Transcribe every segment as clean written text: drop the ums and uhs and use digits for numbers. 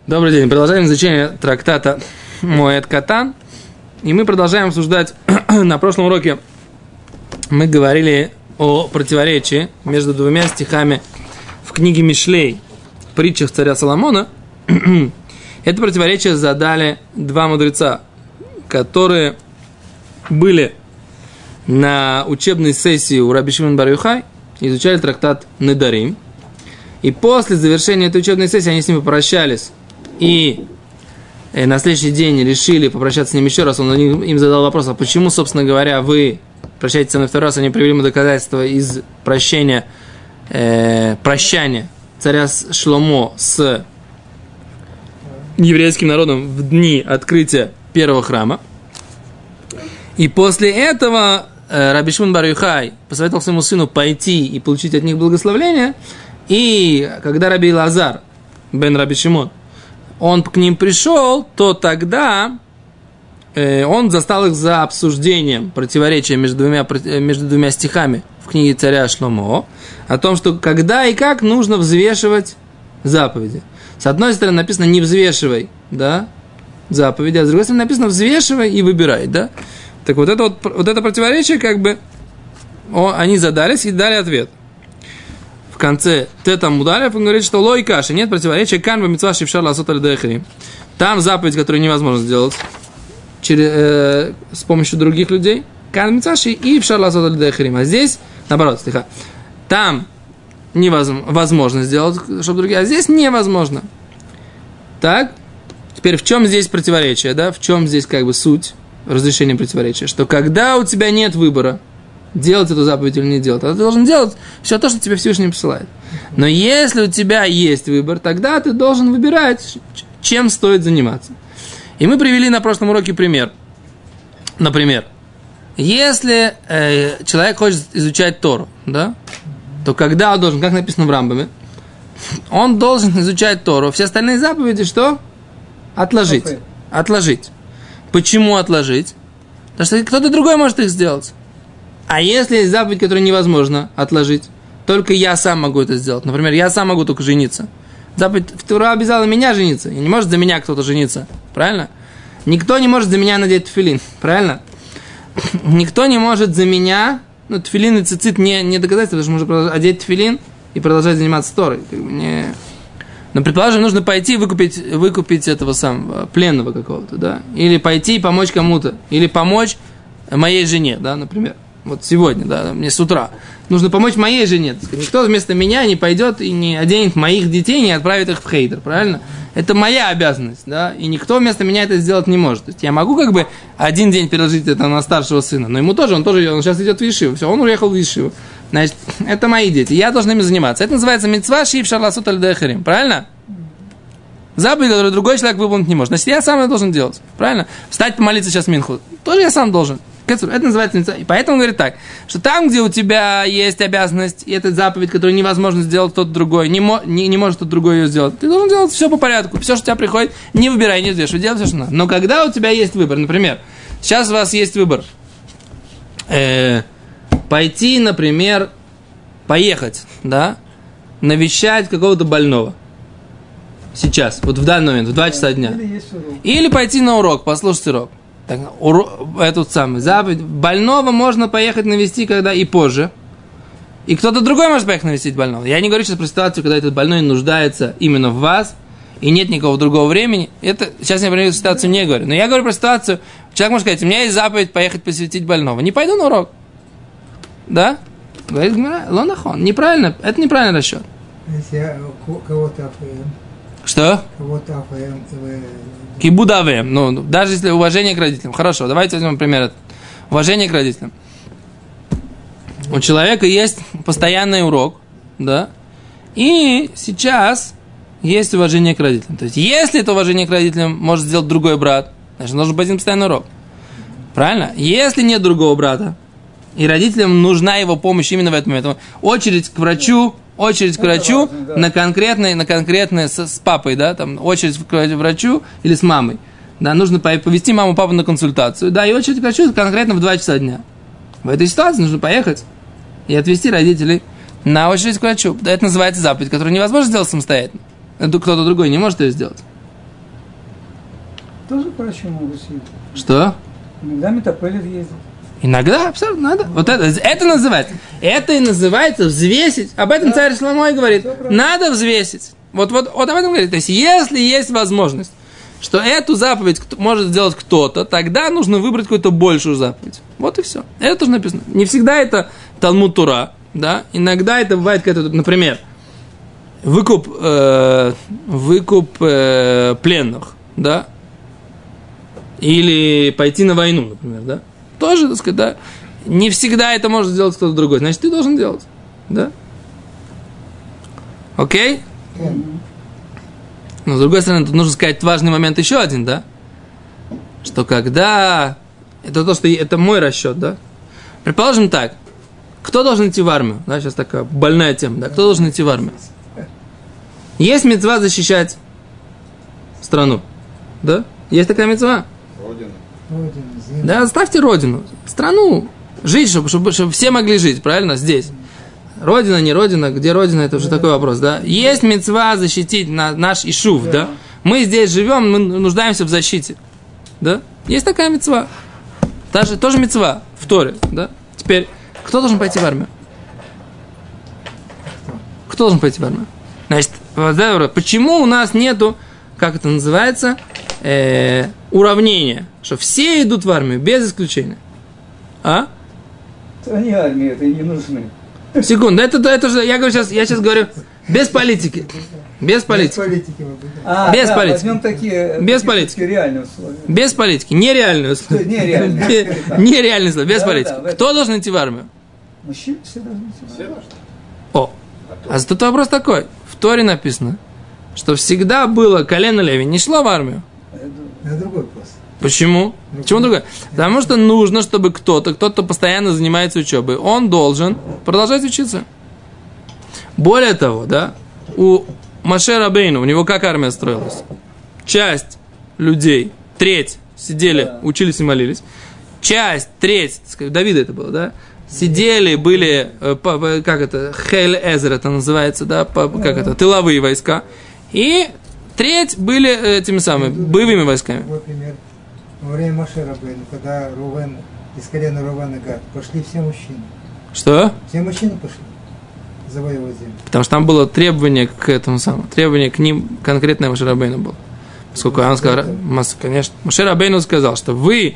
Добрый день. Продолжаем изучение трактата Моэд Катан. И мы продолжаем обсуждать. На прошлом уроке мы говорили о противоречии между двумя стихами в книге Мишлей, в притчах царя Соломона. Это противоречие задали два мудреца, которые были на учебной сессии у Раби Шимон бар Йохай, изучали трактат Недарим. И после завершения этой учебной сессии они с ними попрощались. И на следующий день решили попрощаться с ним еще раз. Он им задал вопрос, а почему, собственно говоря, вы прощаетесь со мной второй раз? Они привели ему доказательства из прощания царя Шломо с еврейским народом в дни открытия первого храма. И после этого Раби Шимон бар Йохай посоветовал своему сыну пойти и получить от них благословение. И когда Раби Илазар бен Раби Шимон, он к ним пришел, то тогда он застал их за обсуждением противоречия между двумя стихами в книге царя Шломо о том, что когда и как нужно взвешивать заповеди. С одной стороны написано «не взвешивай», да, заповеди, а с другой стороны написано «взвешивай и выбирай», да. Так вот это противоречие, как бы, они задались и дали ответ. В конце Тета Мудалев он говорит, что лой каши, нет противоречия, кан бамитцва шившар ласот аль-дехри. Там заповедь, которую невозможно сделать с помощью других людей, кан бамитцва и вшар ласот аль-дехри. А здесь, наоборот, слегка, там невозможно сделать, чтобы другие, а здесь невозможно. Так, теперь в чем здесь противоречие, да, в чем здесь как бы суть разрешения противоречия, что когда у тебя нет выбора, делать эту заповедь или не делать, тогда ты должен делать все то, что тебе Всевышний посылает. Но если у тебя есть выбор, тогда ты должен выбирать, чем стоит заниматься. И мы привели на прошлом уроке пример. Например, если человек хочет изучать Тору, да, то когда он должен, как написано в Рамбаме, он должен изучать Тору. Все остальные заповеди что? Отложить. Отложить. Почему отложить? Потому что кто-то другой может их сделать. А если есть заповедь, которую невозможно отложить, только я сам могу это сделать. Например, я сам могу только жениться. Заповедь Тора обязала меня жениться. И не может за меня кто-то жениться. Правильно? Никто не может за меня надеть тфилин. Правильно? Никто не может за меня... Ну, тфилин и цицит не доказательство, потому что можно одеть тфилин и продолжать заниматься Торой. Но, предположим, нужно пойти выкупить этого самого пленного какого-то, да? Или пойти и помочь кому-то. Или помочь моей жене, да, например. Вот сегодня, да, мне с утра. Нужно помочь моей жене. Никто вместо меня не пойдет и не оденет моих детей, не отправит их в хейдер, правильно? Это моя обязанность, да, и никто вместо меня это сделать не может. То есть я могу как бы один день переложить это на старшего сына, но ему тоже, он сейчас идет в Ешиву, все, он уехал в Ешиву. Значит, это мои дети, я должен ими заниматься. Это называется мицва шившар ласот аль-дехарим, правильно? Заповедь, которую другой человек выполнить не может. Значит, я сам это должен делать, правильно? Встать помолиться сейчас минху, тоже я сам должен. Это называется мицва. И поэтому он говорит так, что там, где у тебя есть обязанность, и это заповедь, которую невозможно сделать тот другой, не может тот другой ее сделать, ты должен делать все по порядку. Все, что у тебя приходит, не выбирай, не взвешивай, делай все, что надо. Но когда у тебя есть выбор, например, сейчас у вас есть выбор, пойти, например, поехать, да, навещать какого-то больного. Сейчас, вот в данный момент, в 2 часа дня. Или пойти на урок, послушать урок. Так, эту самую заповедь. Больного можно поехать навестить когда и позже. И кто-то другой может поехать навестить больного. Я не говорю сейчас про ситуацию, когда этот больной нуждается именно в вас, и нет никакого другого времени. Это, сейчас я про эту ситуацию не говорю. Но я говорю про ситуацию, человек может сказать, у меня есть заповедь поехать посвятить больного. Не пойду на урок. Да? Говорит, лонахон. Неправильно. Это неправильный расчет. Если я кого-то АФМ. Что? Кого-то АФМ. Кибудавем. Ну, даже если уважение к родителям. Хорошо, давайте возьмем пример. Уважение к родителям. У человека есть постоянный урок, да, и сейчас есть уважение к родителям. То есть, если это уважение к родителям может сделать другой брат, значит, должен быть один постоянный урок. Правильно? Если нет другого брата, и родителям нужна его помощь именно в этот момент, очередь к врачу важно, да. на конкретное с папой, да, там очередь к врачу или с мамой. Да, нужно повести маму, папу на консультацию. Да, и очередь к врачу конкретно в 2 часа дня. В этой ситуации нужно поехать и отвезти родителей на очередь к врачу. Да, это называется заповедь, которую невозможно сделать самостоятельно. Кто-то другой не может ее сделать. тоже врачи могут съездить. Что? Иногда метапелит ездит. Иногда, абсолютно, надо. Вот это называется. Это и называется взвесить. Об этом царь Шломо и говорит. Надо взвесить. Вот об этом говорит. То есть, если есть возможность, что эту заповедь может сделать кто-то, тогда нужно выбрать какую-то большую заповедь. Вот и все. Это тоже написано. Не всегда это Талмуд Тора, да. Иногда это бывает какая-то, например, выкуп пленных, да. Или пойти на войну, например, да. Тоже, так сказать, да. Не всегда это может сделать кто-то другой. Значит, ты должен делать, да. Окей? Но, с другой стороны, тут нужно сказать важный момент еще один, да? Что когда... Это мой расчет, да? Предположим так. Кто должен идти в армию? Да, сейчас такая больная тема, да? Кто должен идти в армию? Есть мицва защищать страну, да? Есть такая мицва? Родина, да, оставьте родину, страну. Жить, чтобы все могли жить, правильно? Здесь. Родина, не родина, где родина, это уже такой вопрос, да? Есть мицва защитить наш ишув, да? Мы здесь живем, мы нуждаемся в защите, да? Есть такая мицва. Тоже мицва в Торе, да? Теперь, кто должен пойти в армию? Кто должен пойти в армию? Значит, почему у нас нету, как это называется, уравнения, что все идут в армию, без исключения? А? Они армии это не нужны. Секунду, это же, я сейчас говорю, без политики. Без политики. Без политики. Возьмем такие без политики. Реальные условия. Без политики. Нереальные условия. Нереальные условия. Без политики. Кто должен идти в армию? Мужчины все должны идти в армию. О, а тут вопрос такой. В Торе написано, что всегда было колено Леви не шло в армию. Это другой вопрос. Почему? Почему другое? Потому что нужно, чтобы кто-то постоянно занимается учебой, он должен продолжать учиться. Более того, да, у Моше Рабейну, у него как армия строилась? Часть людей, треть сидели, учились и молились. Треть, Давида это было, да? Сидели, были, как это, Хейль Эзер это называется, да, тыловые войска. И треть были этими самыми, боевыми войсками. Вот пример. Во время Моше Рабейну, когда Рувен, из колена Рувена Гад, пошли все мужчины. Что? Все мужчины пошли завоевывать землю. Потому что там было требование к этому самому. Требование к ним конкретное Моше Рабейну было. Поскольку он сказал, конечно, Моше Рабейну сказал, что вы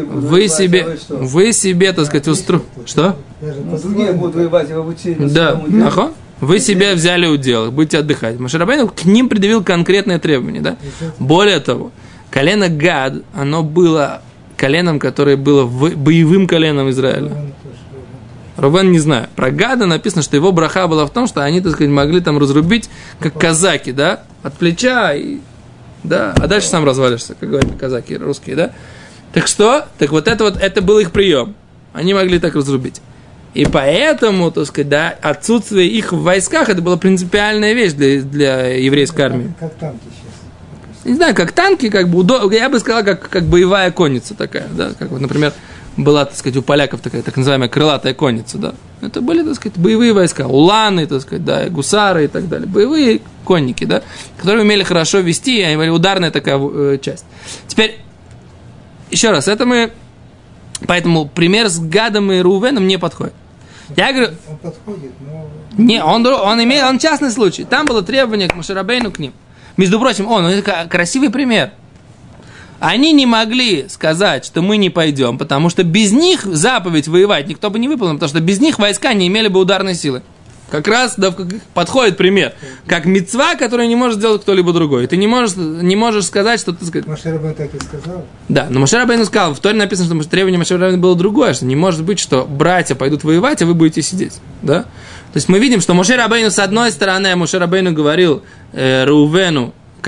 себе, так сказать, устроили. Что? Другие будут воевать в обучении. Да, нахо. Вы себе взяли удел, будете отдыхать. Моше Рабейну к ним предъявил конкретное требование, да? Более того, колено Гад, оно было коленом, которое было боевым коленом Израиля. Рувен не знаю. Про Гада написано, что его браха была в том, что они, так сказать, могли там разрубить, как казаки, да, от плеча, и, да, а дальше сам развалишься, как говорят казаки русские, да. Так что? Так вот это был их прием. Они могли так разрубить. И поэтому, так сказать, да, отсутствие их в войсках, это была принципиальная вещь для еврейской армии. Как танки сейчас. Не знаю, как танки, как бы, я бы сказал, как боевая конница такая, да, как вот, например, была, так сказать, у поляков такая так называемая крылатая конница, да. Это были, так сказать, боевые войска, уланы, так сказать, да, гусары и так далее. Боевые конники, да, которые умели хорошо вести, они были ударная такая часть. Теперь, еще раз, поэтому пример с Гадом и Рувеном не подходит. Я говорю... Он подходит, но... Не, он частный случай. Там было требование к Моше Рабейну к ним. Между прочим, это красивый пример. Они не могли сказать, что мы не пойдем, потому что без них заповедь воевать никто бы не выполнил, потому что без них войска не имели бы ударной силы. Как раз подходит пример. Как мицва, которую не может сделать кто-либо другой. Ты не можешь сказать, что ты... Моше Рабейну так и сказал. Да, но Моше Рабейну сказал, в Торе написано, что требование Моше Рабейну было другое, что не может быть, что братья пойдут воевать, а вы будете сидеть. Да? То есть мы видим, что Моше Рабейну с одной стороны, Моше Рабейну говорил колену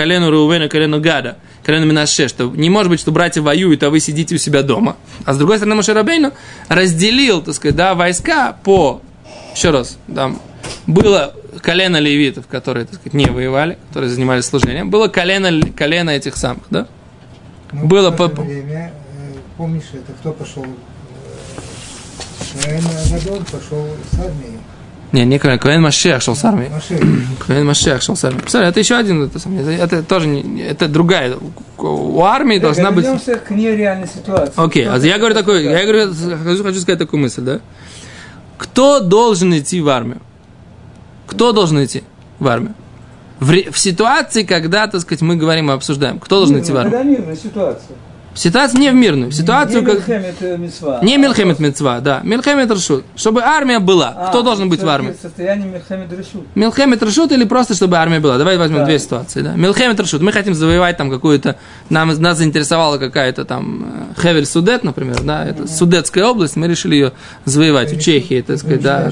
Гада, колену Менаше, что не может быть, что братья воюют, а вы сидите у себя дома. А с другой стороны, Моше Рабейну разделил, так сказать, да, войска по... Еще раз, там было колено левитов, которые, так сказать, не воевали, которые занимались служением. Было колено этих самых, да? Ну, было в это время, помнишь, это кто пошел? Гадон пошел с армией. Не Коэн Машех шел с армией. Машех. Коэн Машех шел с армией. Представляете, это еще один, это тоже не, это другая. У армии должна быть... Вернемся к нереальной ситуации. Окей, я хочу сказать такую мысль, да? Кто должен идти в армию? Кто должен идти в армию? В ситуации, когда, так сказать, мы говорим и обсуждаем, кто должен идти в армию? Когда мирная ситуация. Ситуация не в мирную. Ситуацию, не как... Милхемет Мицва. Не Милхемет Мицва, да. Милхемет Решут. Чтобы армия была. Кто должен быть в армии? Состояние Милхемет Решут. Милхемет Решут или просто чтобы армия была? Давай возьмем две ситуации. Да? Милхемет Решут. Мы хотим завоевать там какую-то... Нас заинтересовала какая-то там Хевель Судет, например. Да? Это Судетская область. Мы решили ее завоевать у Чехии. Так сказать, да,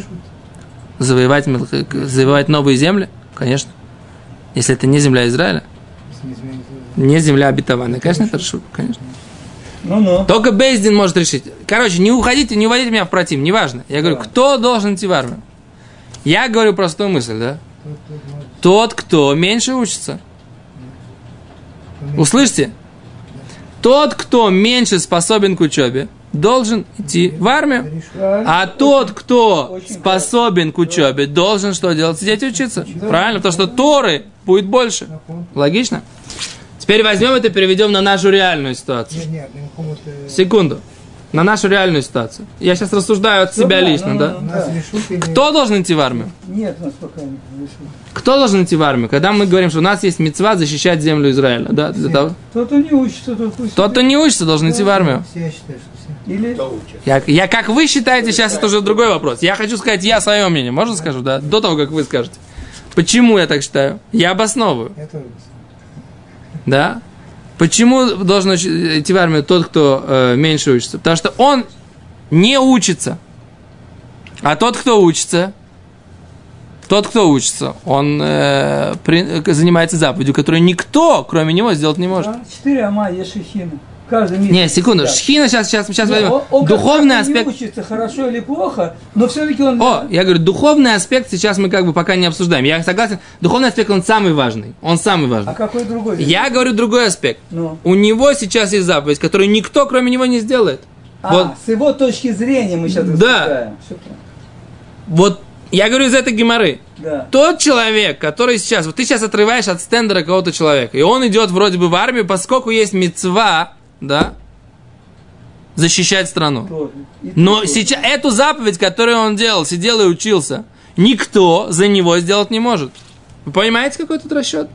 завоевать новые земли. Конечно. Если это не земля Израиля. Не земля обетованная. Конечно, это Решут, конечно. Ну. Только Бейздин может решить. Короче, не уводите меня в против, неважно. Я говорю, кто должен идти в армию? Я говорю простую мысль, да? Тот, кто меньше учится. Услышьте? Тот, кто меньше способен к учебе, должен идти в армию. А тот, кто способен к учебе, должен что делать? Сидеть и учиться. Правильно? Потому что Торы будет больше. Логично? Теперь возьмем это и переведем на нашу реальную ситуацию. Секунду. На нашу реальную ситуацию. Я сейчас рассуждаю от себя лично, да? Кто должен идти в армию? Нет, нас пока не решили. Кто должен идти в армию? Когда мы говорим, что у нас есть мицва защищать землю Израиля, да? Для того... Кто-то не учится, тот, кто не учится, должен идти в армию. Я считаю, что все. Или... Я как вы считаете, сейчас это уже другой вопрос. Я хочу сказать, я свое мнение, можно скажу, да? До того, как вы скажете. Почему я так считаю? Я обосновываю. Я тоже. Да? Почему должен идти в армию тот, кто меньше учится? Потому что он не учится. А тот, кто учится, он занимается заповедью, которую никто, кроме него, сделать не может. 4 ама ешихина. Каждый месяц. Не, секунду, шхина сейчас возьмем. Он Духовный аспект. Не учится, хорошо или плохо, но все-таки он... Я говорю, духовный аспект сейчас мы как бы пока не обсуждаем. Я согласен, духовный аспект, он самый важный. Он самый важный. А какой другой? Я говорю другой аспект. Ну. У него сейчас есть заповедь, которую никто, кроме него, не сделает. С его точки зрения мы сейчас рассуждаем. Вот я говорю из этой геморры. Да. Тот человек, который сейчас... Вот ты сейчас отрываешь от стендера какого-то человека, и он идет вроде бы в армию, поскольку есть мицва, да, защищать страну. Но сейчас эту заповедь, которую он делал, сидел и учился, никто за него сделать не может. Вы понимаете, какой тут расчет?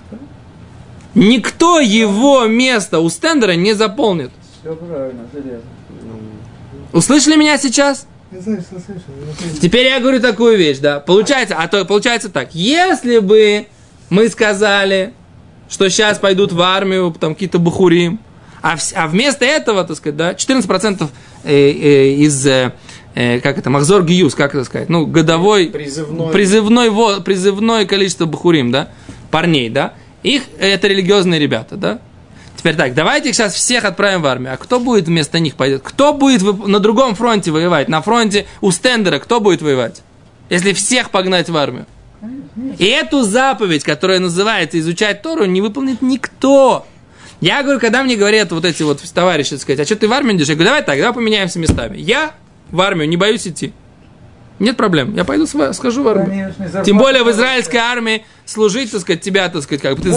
Никто его место у стендера не заполнит. Все правильно, железно. Услышали меня сейчас? Я знаю, что слышал. Теперь я говорю такую вещь, да. Получается так. Если бы мы сказали, что сейчас пойдут в армию, там какие-то бахурим, а вместо этого, так сказать, да, 14% из, как это, махзор гиюс, как это сказать, ну, годовой, призывное количество бахурим, да, парней, да, их, это религиозные ребята, да. Теперь так, давайте их сейчас всех отправим в армию. А кто будет вместо них пойдет? Кто будет на другом фронте воевать? На фронте у стендера кто будет воевать? Если всех погнать в армию. И эту заповедь, которая называется изучать Тору, не выполнит никто. Я говорю, когда мне говорят вот эти вот товарищи, так сказать, а что ты в армию идешь? Я говорю, давай поменяемся местами. Я в армию не боюсь идти. Нет проблем, я пойду схожу в армию. Конечно, тем более в израильской армии служить, так сказать, тебя, так сказать, как бы ты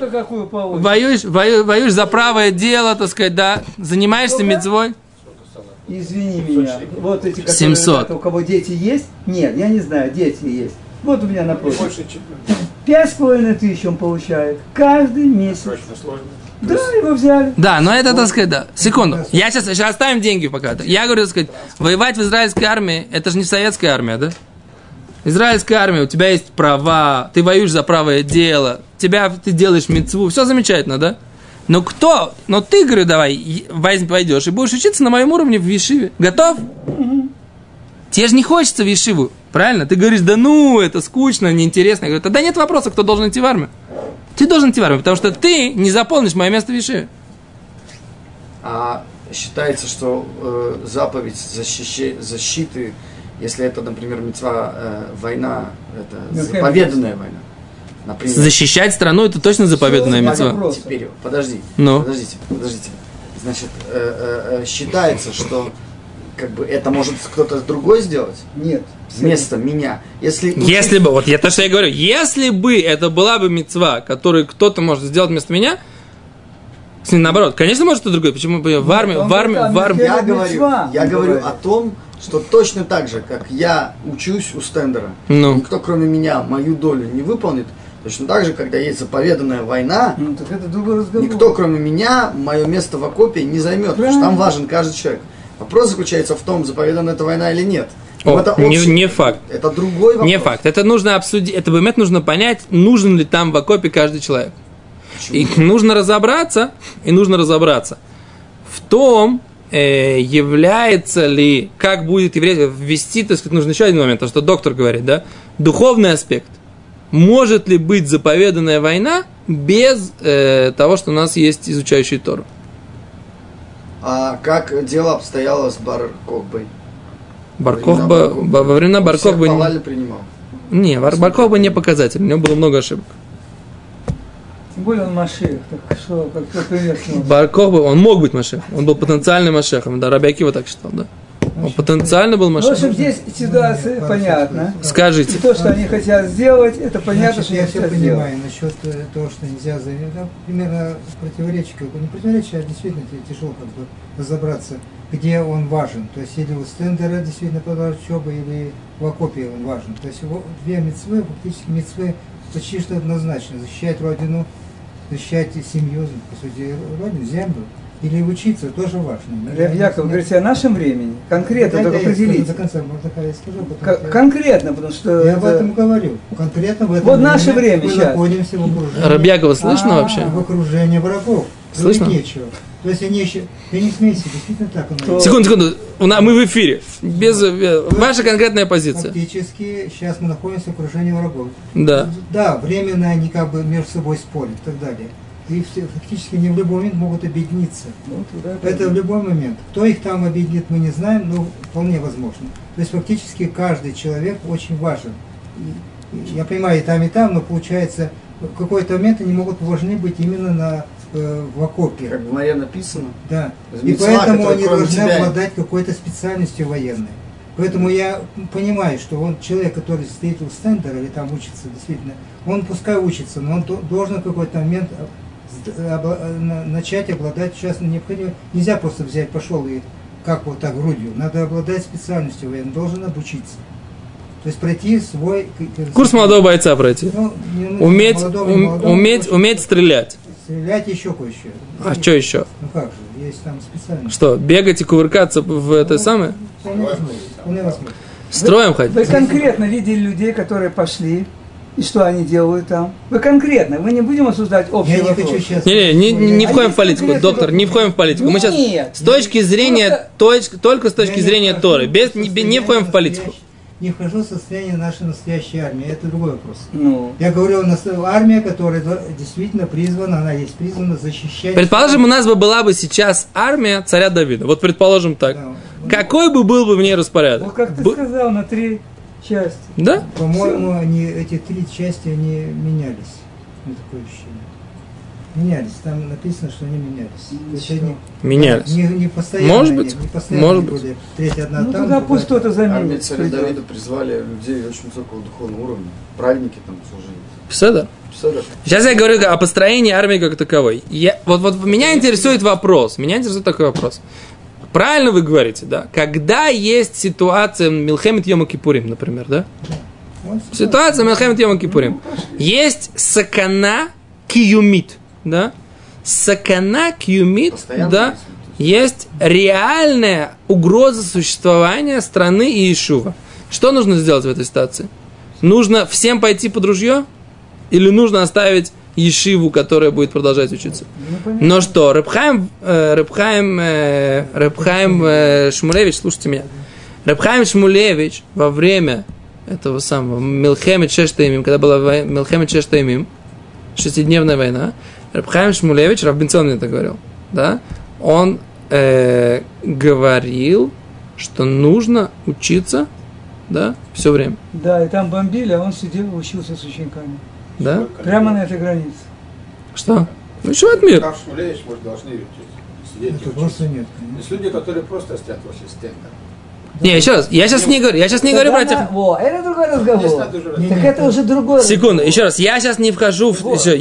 воюешь за правое дело, так сказать, да, занимаешься мицвой. Извини меня, вот эти, которые 700. У кого дети есть? Нет, я не знаю, дети есть. Вот у меня напротив. 5,5 он получает каждый месяц. Да, его взяли. Да, но это, так сказать, да. Секунду. Я сейчас оставим деньги пока. Я говорю, так сказать, воевать в израильской армии, это же не советская армия, да? Израильская армия, у тебя есть права, ты воюешь за правое дело, ты делаешь мицву, все замечательно, да? Но ты, говорю, давай, пойдешь и будешь учиться на моем уровне в Ешиве. Готов? Тебе же не хочется в Ешиву, правильно? Ты говоришь, да ну, это скучно, неинтересно. Я говорю, тогда нет вопроса, кто должен идти в армию. Ты должен идти в армию, потому что ты не заполнишь мое место в Ешиве. А считается, что заповедь защиты, если это, например, мицва война, это заповеданная война. Например, защищать страну, это точно заповеданная мицва. Теперь, подождите. Значит, считается, что как бы это может кто-то другой сделать? Нет. вместо меня. Если бы, вот я то, что я говорю, если бы это была бы мицва, которую кто-то может сделать вместо меня, наоборот, конечно, может и другой. Почему бы в армии? Я говорю о том, что точно так же, как я учусь у стендера, никто кроме меня мою долю не выполнит, точно так же, когда есть заповеданная война, так это другой разговор. Никто кроме меня мое место в окопе не займет, потому что там важен каждый человек. Вопрос заключается в том, заповедана эта война или нет. Это не факт. Это другой вопрос. Не факт. Это нужно обсудить, это момент нужно понять, нужен ли там в окопе каждый человек. Почему? И нужно разобраться в том, является ли, как будет еврей ввести, так сказать, нужно еще один момент, то, что доктор говорит, да, духовный аспект. Может ли быть заповеданная война без того, что у нас есть изучающий Тору? А как дело обстояло с Бар-Кохбой? Бар-Кохба, во времена Бар-Кохбы... принимал. Не, Бар-Кохба не показатель, у него было много ошибок. Тем более он Машех, так что, как пример. Бар-Кохба, он мог быть Машех, он был потенциальным Машехом, да, Раби Акива так считал, да. Он потенциально был Машех. В общем, здесь ситуация понятна. Скажите. И то, что они хотят сделать, это понятно, что я они все хотят понимаю сделать. насчет того, что нельзя заявить. Да, примерно противоречие, не противоречие, а действительно тяжело как бы разобраться, где он важен. То есть или у стендера действительно продолжать учебу, или в окопе он важен. То есть две мицвы, фактически мицвы почти что однозначно. Защищать родину, защищать семью, по сути, родину, землю. Или учиться тоже важно. Рав Яков, говорите о нашем времени. Конкретно только определить. До конца, можно я скажу. Конкретно, потому что... Я об этом говорю. Конкретно в этом вот наше время мы сейчас. находимся в окружении. Рав Якова слышно вообще? В окружении врагов. Слышно? Нечего. То есть они еще... Я не смейся, действительно так. Секунду. Мы в эфире. Ваша конкретная позиция. Фактически сейчас мы находимся в окружении врагов. Да. Да, временно они как бы между собой спорят и так далее. И фактически они в любой момент могут объединиться. Это в любой момент. Кто их там объединит, мы не знаем, но вполне возможно. То есть фактически каждый человек очень важен. И я понимаю, и там, но получается, в какой-то момент они могут важны быть именно в окопе. Как в море написано. Да. И Мицва, поэтому они должны тебя... обладать какой-то специальностью военной. Поэтому я понимаю, что он человек, который стоит у стендера или там учится, действительно, он пускай учится, но он должен в какой-то момент начать обладать, сейчас необходимо, нельзя просто взять, пошел и как вот так грудью, надо обладать специальностью военной, должен обучиться. То есть пройти свой... Курс молодого бойца пройти. Уметь стрелять. Стрелять еще кое-что. А что еще? Ну как же, есть там специальность. Что, бегать и кувыркаться в это самое? Вполне возможно. Строем ходить? Вы конкретно видели людей, которые пошли, и что они делают там? Вы конкретно, мы не будем осуждать общий Я не вопрос. хочу сейчас... Не входим в политику, доктор, не входим в политику. Мы сейчас Нет. с точки зрения, только с точки зрения Торы, не входим в политику. Не вхожу в состояние нашей настоящей армии, это другой вопрос. Ну. Я говорю, армия, которая действительно призвана, она есть призвана защищать... Предположим, у нас была бы сейчас армия царя Давида. Вот предположим так. Да. Какой бы был бы в ней распорядок? Вот как ты сказал, на 3 части. Да? По-моему, эти 3 части, они менялись. Такое ощущение. Менялись. Там написано, что они менялись. Они Менялись. не постоянно. Может быть. Не постоянно Может были. быть. Третья одна Ну там. тогда пусть кто-то Армия заменит. царя Давида призвали людей очень высокого духовного уровня. Праведники там служили. Пседа? Сейчас я говорю о построении армии как таковой. Вот меня интересует вопрос. Меня интересует такой вопрос. Правильно вы говорите, да? Когда есть ситуация Милхемет Йома Кипурим, например, да? Ситуация Милхемет Йома Кипурим. Есть сакана киюмит, да? Сакана киюмит, да? Есть реальная угроза существования страны и Иешува. Что нужно сделать в этой ситуации? Нужно всем пойти под ружье? Или нужно оставить Ешиву, которая будет продолжать учиться? Но что, Ребхаим Шмулевич, слушайте меня. Ребхаим Шмулевич во время этого самого Милхемет Шештаимим, когда была Милхемет Шештаимим, 6-дневная война, Ребхаим Шмулевич, Рав Бенцион мне это говорил, да, он говорил, что нужно учиться, да, все время. Да, и там бомбили, а он сидел, учился с учениками. Да? Прямо на этой границе. Что? Ну, еще от мира. Там Шмулевич, может, должны сидеть. Это просто нет. Есть люди, которые просто стоят возле стенда. Не, еще раз, я сейчас не говорю про тех... Во, это другой разговор. Так это уже другой Секунду, еще раз, я сейчас не вхожу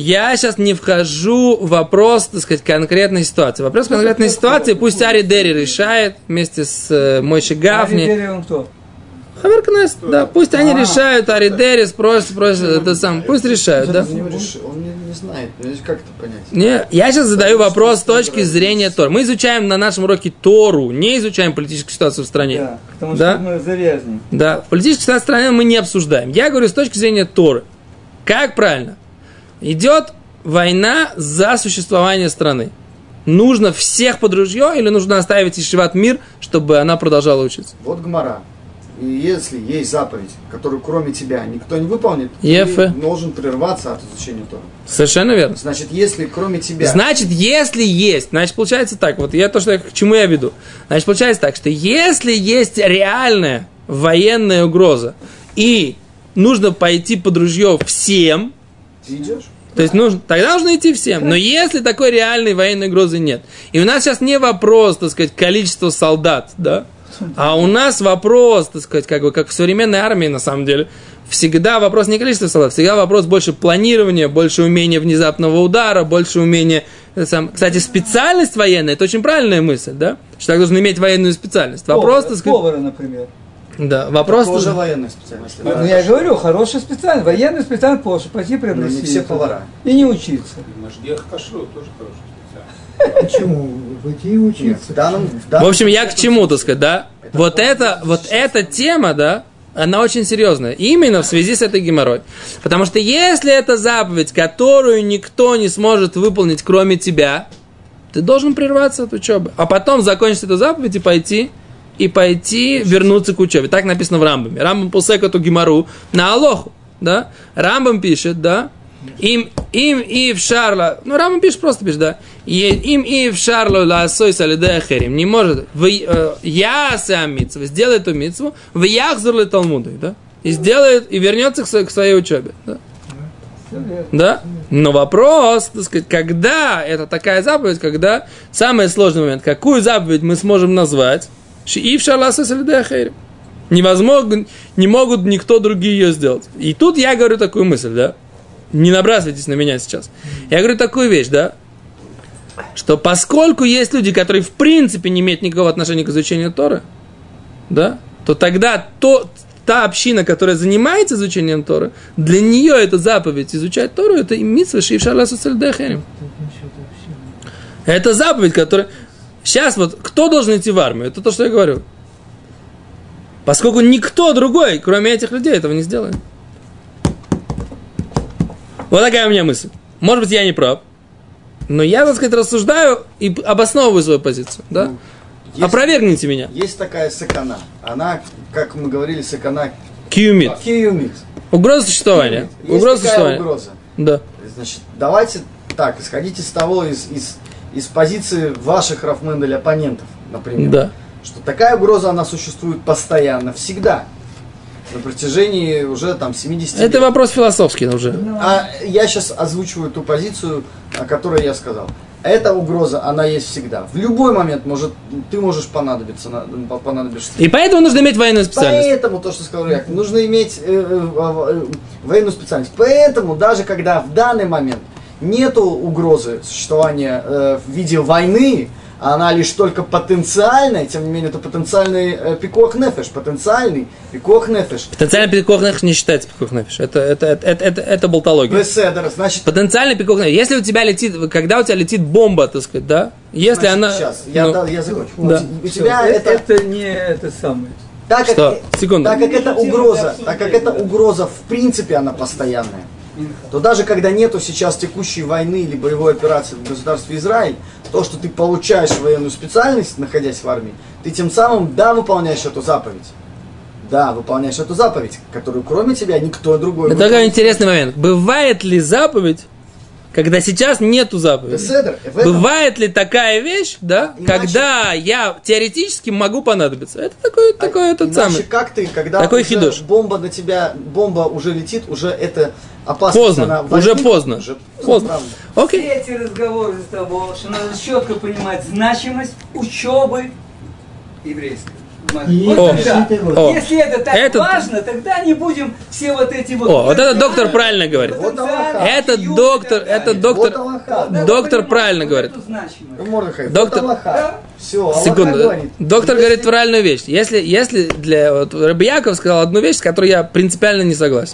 в вопрос, так сказать, конкретной ситуации. Вопрос конкретной ситуации пусть Ари Дери решает вместе с Мойше Гафни. Ари Дери он кто? Хавер Кнесет, да, пусть они решают, Ари Дери спросят, это сам, пусть решают, да. Он не знает, как это понять? Не, я сейчас задаю вопрос с точки зрения Торы. Мы изучаем на нашем уроке Тору, не изучаем политическую ситуацию в стране. Да, потому что мы завязаны. Да, политическую ситуацию в стране мы не обсуждаем. Я говорю с точки зрения Торы. Как правильно? Идет война за существование страны. Нужно всех под ружье или нужно оставить Ешиват Мир, чтобы она продолжала учиться? Вот Гмара. И если есть заповедь, которую кроме тебя никто не выполнит, ты должен прерваться от изучения Торы. Совершенно верно. Значит, если кроме тебя... Значит, если есть, значит, получается так, вот я к чему я веду. Значит, получается так, что если есть реальная военная угроза, и нужно пойти под ружье всем... Ты идешь? То есть тогда нужно идти всем. Но если такой реальной военной угрозы нет, и у нас сейчас не вопрос, так сказать, количества солдат, да, а у нас вопрос, так сказать, как в современной армии, на самом деле, всегда вопрос не количества солдат, всегда вопрос больше планирования, больше умения внезапного удара, больше умения... Кстати, специальность военная, это очень правильная мысль, да? Что так должен иметь военную специальность. Вопрос, так сказать... Повара, например. Да, вопрос... Это тоже военная специальность. Ну, я говорю, хорошая специальность, военная специальность, повар, пойти приобрести. Не все повара. И не учиться. Машгех Кашрут тоже хорошая специальность. Почему? Выйти и учиться. В общем, я к чему, так сказать, да? Вот эта тема, да, она очень серьезная. Именно в связи с этой геморрой. Потому что если это заповедь, которую никто не сможет выполнить, кроме тебя, ты должен прерваться от учебы. А потом закончить эту заповедь и пойти вернуться к учебе. Так написано в Рамбаме. Рамбам пусек эту геморру на Алоху. Да? Рамбам пишет, да? Им и в Шарло, Рамбам пишет, да. Им и в Шарло ласой салиде ахерим. Не может. Я сам митцву, сделает эту митцву, в яхзур ли талмуду, да. И сделает, и вернется к своей учебе. Да? Да? Но вопрос, так сказать, когда это такая заповедь, когда самый сложный момент, какую заповедь мы сможем назвать, и в Шарло ласой салиде ахерим. Невозможно, не могут никто другие ее сделать. И тут я говорю такую мысль, да. Не набрасывайтесь на меня сейчас. Я говорю такую вещь, да, что поскольку есть люди, которые в принципе не имеют никакого отношения к изучению Торы, да, то тогда та община, которая занимается изучением Торы, для нее это заповедь изучать Тору, это митцва шеившар ласот салидей ахерим. Это заповедь, которая... Сейчас вот, кто должен идти в армию? Это то, что я говорю. Поскольку никто другой, кроме этих людей, этого не сделает. Вот такая у меня мысль. Может быть, я не прав. Но я, так сказать, рассуждаю и обосновываю свою позицию. Да? Опровергните меня. Есть такая сакана. Она, как мы говорили, сакана... Киюмит. Угроза существования. Есть такая угроза. Да. Значит, давайте так, исходите из того, из позиции ваших Рав Мендель оппонентов, например. Да. Что такая угроза, она существует постоянно, всегда. На протяжении уже там 70 лет. Это вопрос философский уже. А я сейчас озвучиваю ту позицию, о которой я сказал. Эта угроза, она есть всегда. В любой момент ты можешь понадобиться. И поэтому нужно иметь военную специальность. Поэтому, то, что сказал Яков, нужно иметь военную специальность. Поэтому, даже когда в данный момент нету угрозы существования в виде войны, она лишь только потенциальная, тем не менее, это потенциальный пикуах нефеш, потенциальный пикуах нефеш. Потенциальный пикуах нефеш не считается пикуах нефеш, это болтология. Беседер, значит... Потенциальный пикуах нефеш, если у тебя летит, когда у тебя летит бомба, так сказать, да, если значит, она... Сейчас, я закончу. Да. У тебя это не это самое. Так как это угроза, угроза, в принципе, она постоянная, то даже когда нету сейчас текущей войны или боевой операции в государстве Израиль, то, что ты получаешь военную специальность, находясь в армии, ты тем самым, выполняешь эту заповедь. Да, выполняешь эту заповедь, которую кроме тебя никто другой не выполняет. Это такой интересный момент. Бывает ли заповедь, когда сейчас нету заповеди? Бывает ли такая вещь, да, когда я теоретически могу понадобиться? Это такой тот самый. Как ты, когда такой бомба на тебя, бомба уже летит, уже это опасно. Поздно, уже поздно. Окей. Все эти разговоры из того, что надо четко понимать значимость учебы еврейской. Если это так важно, тогда не будем все вот эти вот... Вот этот доктор правильно говорит. Этот доктор правильно говорит. Доктор, секунду. Доктор говорит правильную вещь. Если для Раби Яков сказал одну вещь, с которой я принципиально не согласен.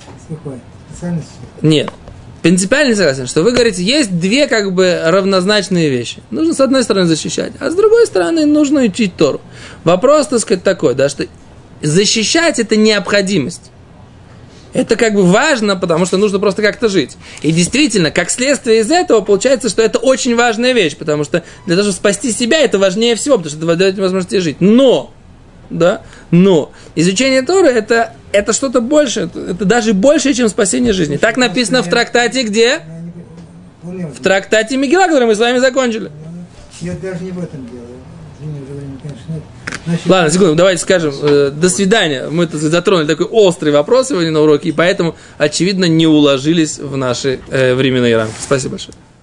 Нет. Принципиально не согласен, что вы говорите, есть две как бы равнозначные вещи. Нужно с одной стороны защищать, а с другой стороны нужно учить Тору. Вопрос, так сказать, такой, да, что защищать это необходимость. Это как бы важно, потому что нужно просто как-то жить. И действительно, как следствие из этого, получается, что это очень важная вещь, потому что для того, чтобы спасти себя, это важнее всего, потому что это дает возможность жить. Но изучение Торы это что-то больше, это даже больше, чем спасение жизни. Так написано в трактате где? В трактате Мегилла, который мы с вами закончили. Я даже не в этом дело. Извини, уже времени, конечно, нет. Значит, ладно, секунду, давайте скажем до свидания. Мы затронули такой острый вопрос сегодня на уроке, и поэтому, очевидно, не уложились в наши временные рамки. Спасибо большое.